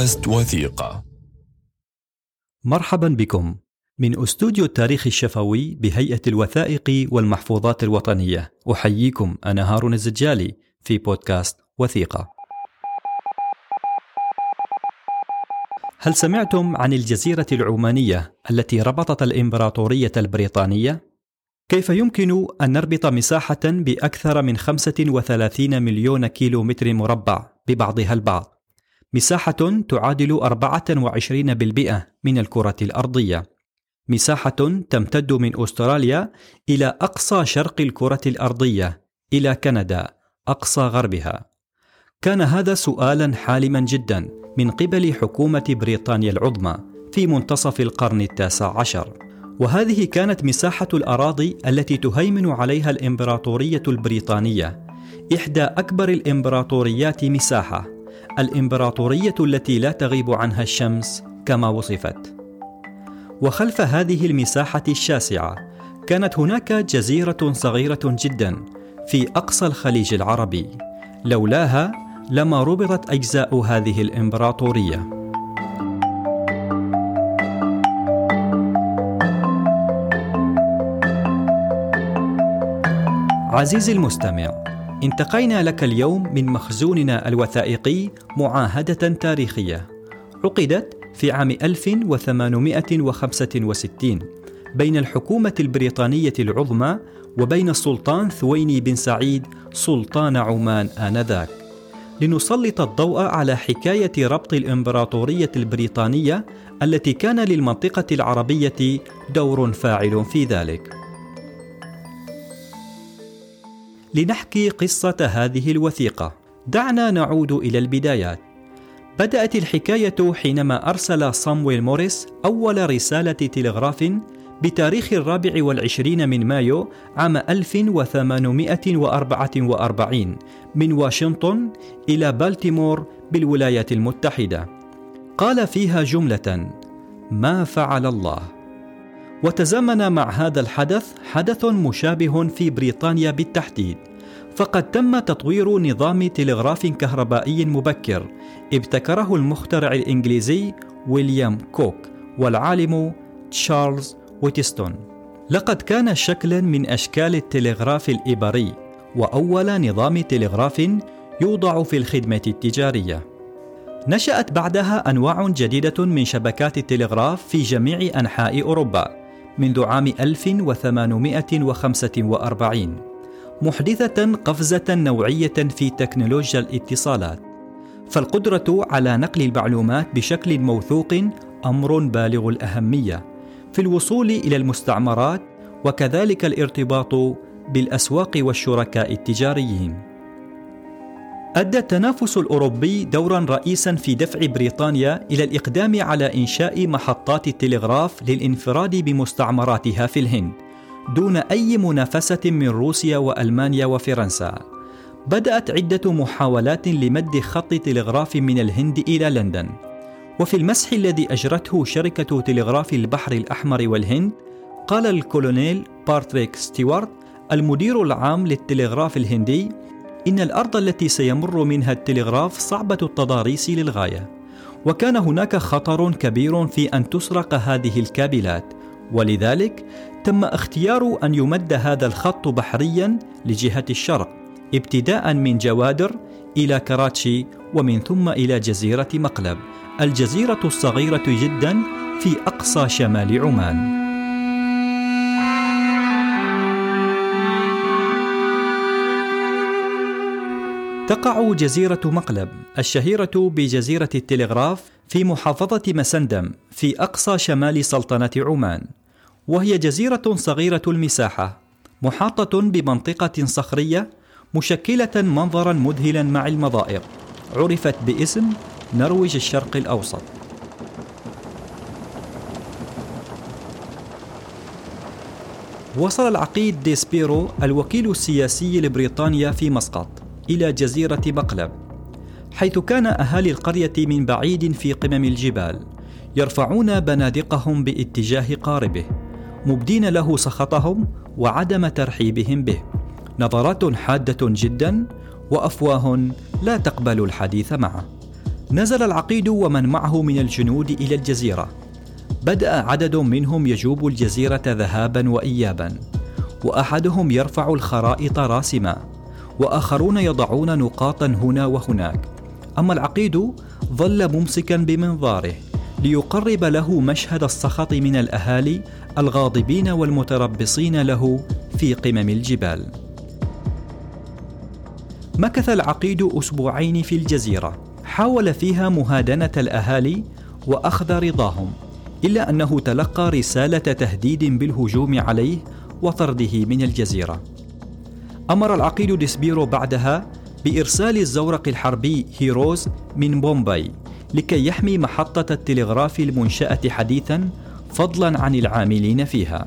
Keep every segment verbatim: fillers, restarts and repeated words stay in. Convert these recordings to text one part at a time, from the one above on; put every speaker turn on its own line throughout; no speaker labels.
بودكاست وثيقة.
مرحبا بكم من أستوديو التاريخ الشفوي بهيئة الوثائق والمحفوظات الوطنية. أحييكم، أنا هارون الزجالي في بودكاست وثيقة. هل سمعتم عن الجزيرة العمانية التي ربطت الإمبراطورية البريطانية؟ كيف يمكن أن نربط مساحة بأكثر من خمسة وثلاثين مليون كيلو متر مربع ببعضها البعض؟ مساحة تعادل أربعة وعشرين بالمئة من الكرة الأرضية، مساحة تمتد من أستراليا إلى أقصى شرق الكرة الأرضية إلى كندا أقصى غربها. كان هذا سؤالا حالما جدا من قبل حكومة بريطانيا العظمى في منتصف القرن التاسع عشر، وهذه كانت مساحة الأراضي التي تهيمن عليها الإمبراطورية البريطانية، إحدى أكبر الإمبراطوريات مساحة، الإمبراطورية التي لا تغيب عنها الشمس كما وصفت. وخلف هذه المساحة الشاسعة كانت هناك جزيرة صغيرة جدا في أقصى الخليج العربي، لولاها لما ربطت أجزاء هذه الإمبراطورية. عزيزي المستمع، انتقينا لك اليوم من مخزوننا الوثائقي معاهدة تاريخية عقدت في عام ألف وثمانمائة وخمسة وستين بين الحكومة البريطانية العظمى وبين السلطان ثويني بن سعيد سلطان عمان آنذاك، لنسلط الضوء على حكاية ربط الإمبراطورية البريطانية التي كان للمنطقة العربية دور فاعل في ذلك. لنحكي قصة هذه الوثيقة، دعنا نعود إلى البدايات. بدأت الحكاية حينما أرسل صامويل موريس أول رسالة تلغراف بتاريخ الرابع والعشرين من مايو عام ألف وثمانمائة وأربعة وأربعين من واشنطن إلى بالتيمور بالولايات المتحدة. قال فيها جملة: ما فعل الله. وتزامن مع هذا الحدث حدث مشابه في بريطانيا بالتحديد، فقد تم تطوير نظام تلغراف كهربائي مبكر ابتكره المخترع الإنجليزي ويليام كوك والعالم تشارلز ويتستون. لقد كان شكلا من أشكال التلغراف الإبري، وأول نظام تلغراف يوضع في الخدمة التجارية. نشأت بعدها أنواع جديدة من شبكات التلغراف في جميع أنحاء أوروبا منذ عام ألف وثمانمائة وخمسة وأربعين، محدثة قفزة نوعية في تكنولوجيا الاتصالات، فالقدرة على نقل المعلومات بشكل موثوق أمر بالغ الأهمية في الوصول إلى المستعمرات، وكذلك الارتباط بالأسواق والشركاء التجاريين. أدى التنافس الأوروبي دورا رئيسا في دفع بريطانيا إلى الإقدام على إنشاء محطات التلغراف للانفراد بمستعمراتها في الهند دون أي منافسة من روسيا وألمانيا وفرنسا. بدأت عدة محاولات لمد خط تلغراف من الهند إلى لندن، وفي المسح الذي أجرته شركة تلغراف البحر الأحمر والهند، قال الكولونيل باتريك ستيوارت المدير العام للتلغراف الهندي إن الأرض التي سيمر منها التلغراف صعبة التضاريس للغاية، وكان هناك خطر كبير في أن تسرق هذه الكابلات، ولذلك تم اختيار أن يمد هذا الخط بحريا لجهة الشرق ابتداء من جوادر إلى كراتشي ومن ثم إلى جزيرة مقلب، الجزيرة الصغيرة جدا في أقصى شمال عمان. تقع جزيرة مقلب الشهيرة بجزيرة التلغراف في محافظة مسندم في أقصى شمال سلطنة عمان، وهي جزيرة صغيرة المساحة محاطة بمنطقة صخرية مشكلة منظرا مذهلا مع المضائق، عرفت باسم نرويج الشرق الأوسط. وصل العقيد ديسبيرو الوكيل السياسي لبريطانيا في مسقط إلى جزيرة مقلب، حيث كان أهالي القرية من بعيد في قمم الجبال يرفعون بنادقهم باتجاه قاربه، مبدين له سخطهم وعدم ترحيبهم به، نظرات حادة جدا وأفواه لا تقبل الحديث معه. نزل العقيد ومن معه من الجنود إلى الجزيرة. بدأ عدد منهم يجوب الجزيرة ذهابا وإيابا، وأحدهم يرفع الخرائط راسما، وآخرون يضعون نقاطا هنا وهناك. أما العقيد ظل ممسكا بمنظاره ليقرب له مشهد السخط من الأهالي الغاضبين والمتربصين له في قمم الجبال. مكث العقيد أسبوعين في الجزيرة، حاول فيها مهادنة الأهالي وأخذ رضاهم، إلا أنه تلقى رسالة تهديد بالهجوم عليه وطرده من الجزيرة. أمر العقيد ديسبيرو بعدها بإرسال الزورق الحربي هيروز من بومباي لكي يحمي محطة التلغراف المنشأة حديثا، فضلا عن العاملين فيها.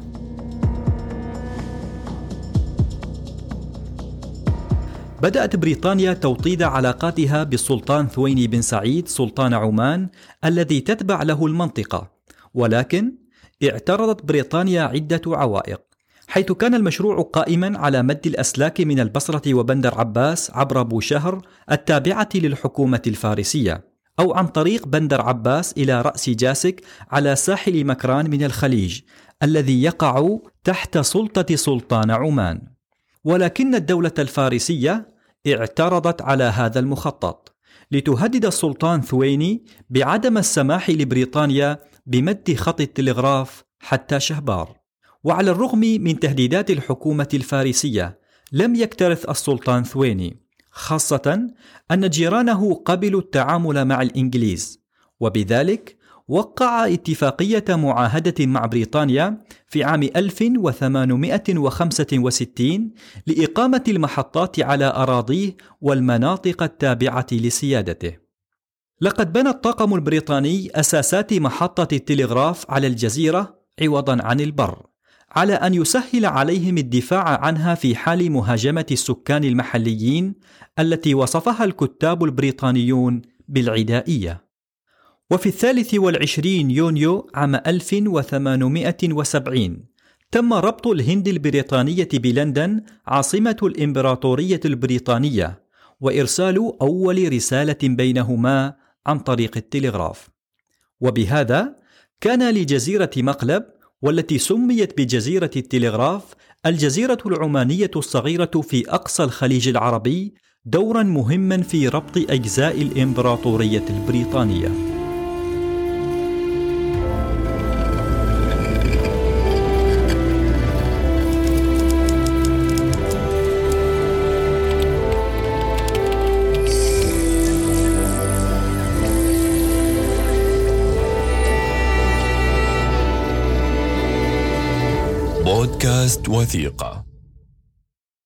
بدأت بريطانيا توطيد علاقاتها بالسلطان ثويني بن سعيد سلطان عمان الذي تتبع له المنطقة، ولكن اعترضت بريطانيا عدة عوائق، حيث كان المشروع قائما على مد الأسلاك من البصرة وبندر عباس عبر بوشهر التابعة للحكومة الفارسية، أو عن طريق بندر عباس إلى رأس جاسك على ساحل مكران من الخليج الذي يقع تحت سلطة سلطان عمان. ولكن الدولة الفارسية اعترضت على هذا المخطط، لتهدد السلطان ثويني بعدم السماح لبريطانيا بمد خط التلغراف حتى شهبار. وعلى الرغم من تهديدات الحكومة الفارسية لم يكترث السلطان ثويني، خاصة أن جيرانه قبلوا التعامل مع الإنجليز، وبذلك وقع اتفاقية معاهدة مع بريطانيا في عام ألف وثمانمائة وخمسة وستين لإقامة المحطات على أراضيه والمناطق التابعة لسيادته. لقد بنى الطاقم البريطاني أساسات محطة التلغراف على الجزيرة عوضا عن البر، على أن يسهل عليهم الدفاع عنها في حال مهاجمة السكان المحليين التي وصفها الكتاب البريطانيون بالعدائية. وفي الثالث والعشرين يونيو عام ألف وثمانمائة وسبعين تم ربط الهند البريطانية بلندن عاصمة الإمبراطورية البريطانية، وإرسال أول رسالة بينهما عن طريق التلغراف. وبهذا كان لجزيرة مقلب، والتي سميت بجزيرة التلغراف، الجزيرة العمانية الصغيرة في أقصى الخليج العربي، دورا مهما في ربط أجزاء الإمبراطورية البريطانية.
بودكاست وثيقة.